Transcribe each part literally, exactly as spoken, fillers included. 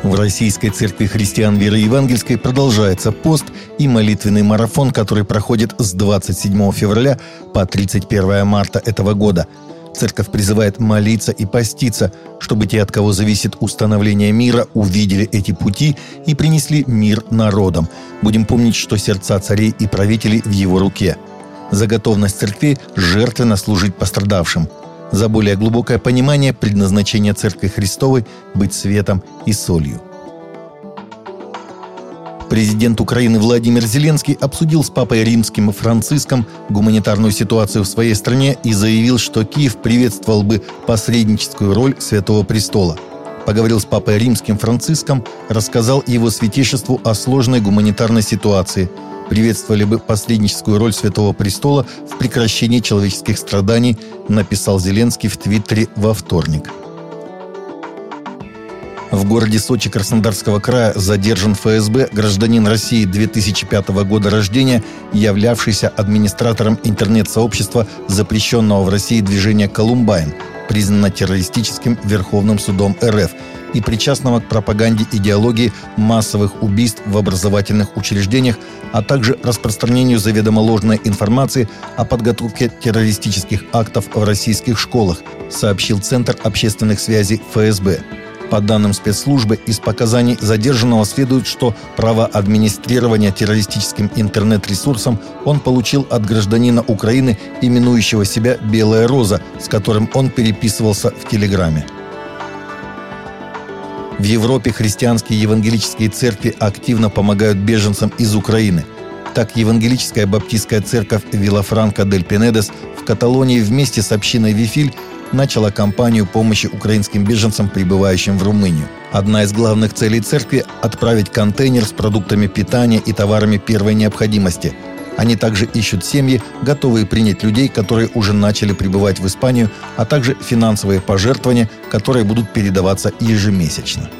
В Российской церкви христиан веры евангельской продолжается пост и молитвенный марафон, который проходит с двадцать седьмого февраля по тридцать первого марта этого года. Церковь призывает молиться и поститься, чтобы те, от кого зависит установление мира, увидели эти пути и принесли мир народам. Будем помнить, что сердца царей и правителей в его руке. За готовность церкви жертвенно служить пострадавшим. За более глубокое понимание предназначения Церкви Христовой быть светом и солью. Президент Украины Владимир Зеленский обсудил с папой римским Франциском гуманитарную ситуацию в своей стране и заявил, что Киев приветствовал бы посредническую роль Святого Престола. Поговорил с папой римским Франциском, рассказал его святейшеству о сложной гуманитарной ситуации. Приветствовали бы посредническую роль Святого Престола в прекращении человеческих страданий, написал Зеленский в Твиттере во вторник. В городе Сочи Краснодарского края задержан эф эс бэ гражданин России две тысячи пятого года рождения, являвшийся администратором интернет-сообщества запрещенного в России движения «Колумбайн», признано террористическим Верховным судом эр эф, и причастного к пропаганде идеологии массовых убийств в образовательных учреждениях, а также распространению заведомо ложной информации о подготовке террористических актов в российских школах, сообщил Центр общественных связей эф эс бэ. По данным спецслужбы, из показаний задержанного следует, что право администрирования террористическим интернет-ресурсом он получил от гражданина Украины, именующего себя «Белая Роза», с которым он переписывался в Телеграме. В Европе христианские евангелические церкви активно помогают беженцам из Украины. Так, Евангелическая баптистская церковь Вилафранка-дель-Пенедес в Каталонии вместе с общиной Вифиль начала кампанию помощи украинским беженцам, прибывающим в Румынию. Одна из главных целей церкви – отправить контейнер с продуктами питания и товарами первой необходимости. Они также ищут семьи, готовые принять людей, которые уже начали прибывать в Испанию, а также финансовые пожертвования, которые будут передаваться ежемесячно.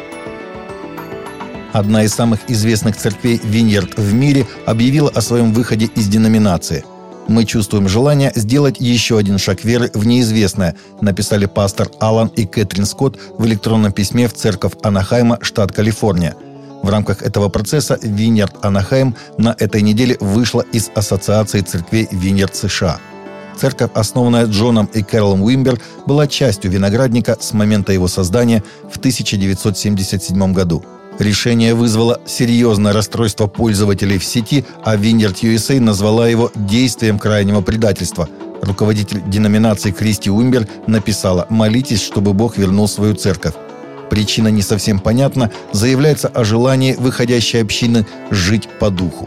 Одна из самых известных церквей Виньярд в мире объявила о своем выходе из деноминации. «Мы чувствуем желание сделать еще один шаг веры в неизвестное», написали пастор Алан и Кэтрин Скотт в электронном письме в церковь Анахайма, штат Калифорния. В рамках этого процесса Виньярд Анахайм на этой неделе вышла из Ассоциации церквей Виньярд США. Церковь, основанная Джоном и Кэролом Уимбер, была частью виноградника с момента его создания в тысяча девятьсот семьдесят седьмом году. Решение вызвало серьезное расстройство пользователей в сети, а Vineyard ю эс эй назвала его «действием крайнего предательства». Руководитель деноминации Кристи Уимбер написала: «Молитесь, чтобы Бог вернул свою церковь». Причина не совсем понятна, заявляется о желании выходящей общины жить по духу.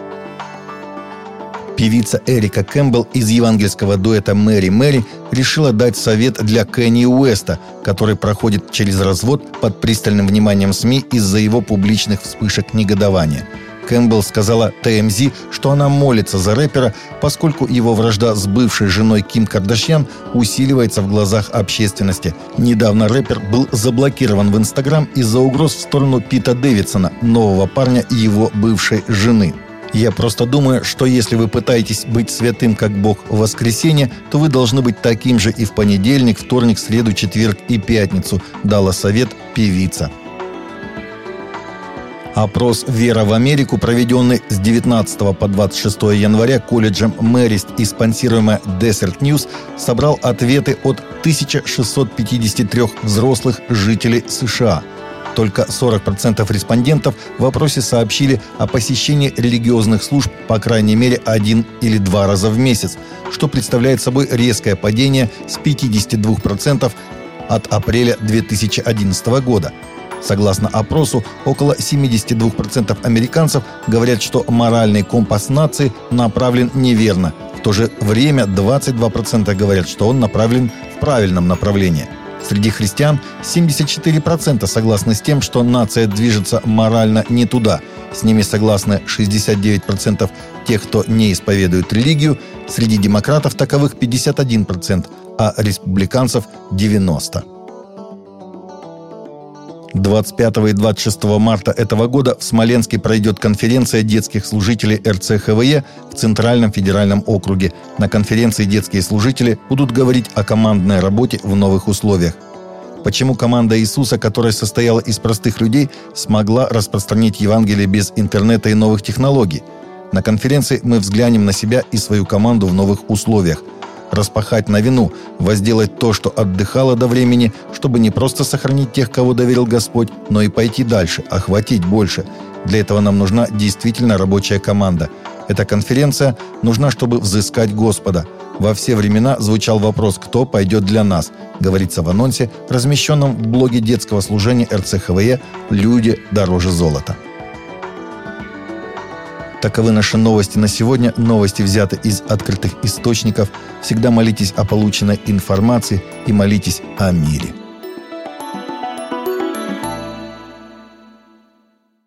Певица Эрика Кэмпбелл из евангельского дуэта «Мэри Мэри» решила дать совет для Кэнье Уэста, который проходит через развод под пристальным вниманием СМИ из-за его публичных вспышек негодования. Кэмпбелл сказала тэ эм зет, что она молится за рэпера, поскольку его вражда с бывшей женой Ким Кардашьян усиливается в глазах общественности. Недавно рэпер был заблокирован в Инстаграм из-за угроз в сторону Пита Дэвидсона, нового парня его бывшей жены. «Я просто думаю, что если вы пытаетесь быть святым, как Бог, в воскресенье, то вы должны быть таким же и в понедельник, вторник, среду, четверг и пятницу», дала совет певица. Опрос «Вера в Америку», проведенный с девятнадцатого по двадцать шестое января колледжем Мэрист и спонсируемый Desert News, собрал ответы от тысячи шестисот пятидесяти трёх взрослых жителей США. Только сорок процентов респондентов в вопросе сообщили о посещении религиозных служб по крайней мере один или два раза в месяц, что представляет собой резкое падение с пятидесяти двух процентов от апреля две тысячи одиннадцатого года. Согласно опросу, около семидесяти двух процентов американцев говорят, что моральный компас нации направлен неверно. В то же время двадцать два процента говорят, что он направлен в правильном направлении. Среди христиан семьдесят четыре процента согласны с тем, что нация движется морально не туда. С ними согласны шестьдесят девять процентов тех, кто не исповедует религию. Среди демократов таковых пятьдесят один процент, а республиканцев девяносто процентов. двадцать пятого и двадцать шестого марта этого года в Смоленске пройдет конференция детских служителей эр цэ ха вэ е в Центральном федеральном округе. На конференции детские служители будут говорить о командной работе в новых условиях. Почему команда Иисуса, которая состояла из простых людей, смогла распространить Евангелие без интернета и новых технологий? На конференции мы взглянем на себя и свою команду в новых условиях. Распахать новину, возделать то, что отдыхало до времени, чтобы не просто сохранить тех, кого доверил Господь, но и пойти дальше, охватить больше. Для этого нам нужна действительно рабочая команда. Эта конференция нужна, чтобы взыскать Господа. Во все времена звучал вопрос «Кто пойдет для нас?», говорится в анонсе, размещенном в блоге детского служения эр цэ ха вэ е «Люди дороже золота». Таковы наши новости на сегодня. Новости взяты из открытых источников. Всегда молитесь о полученной информации и молитесь о мире.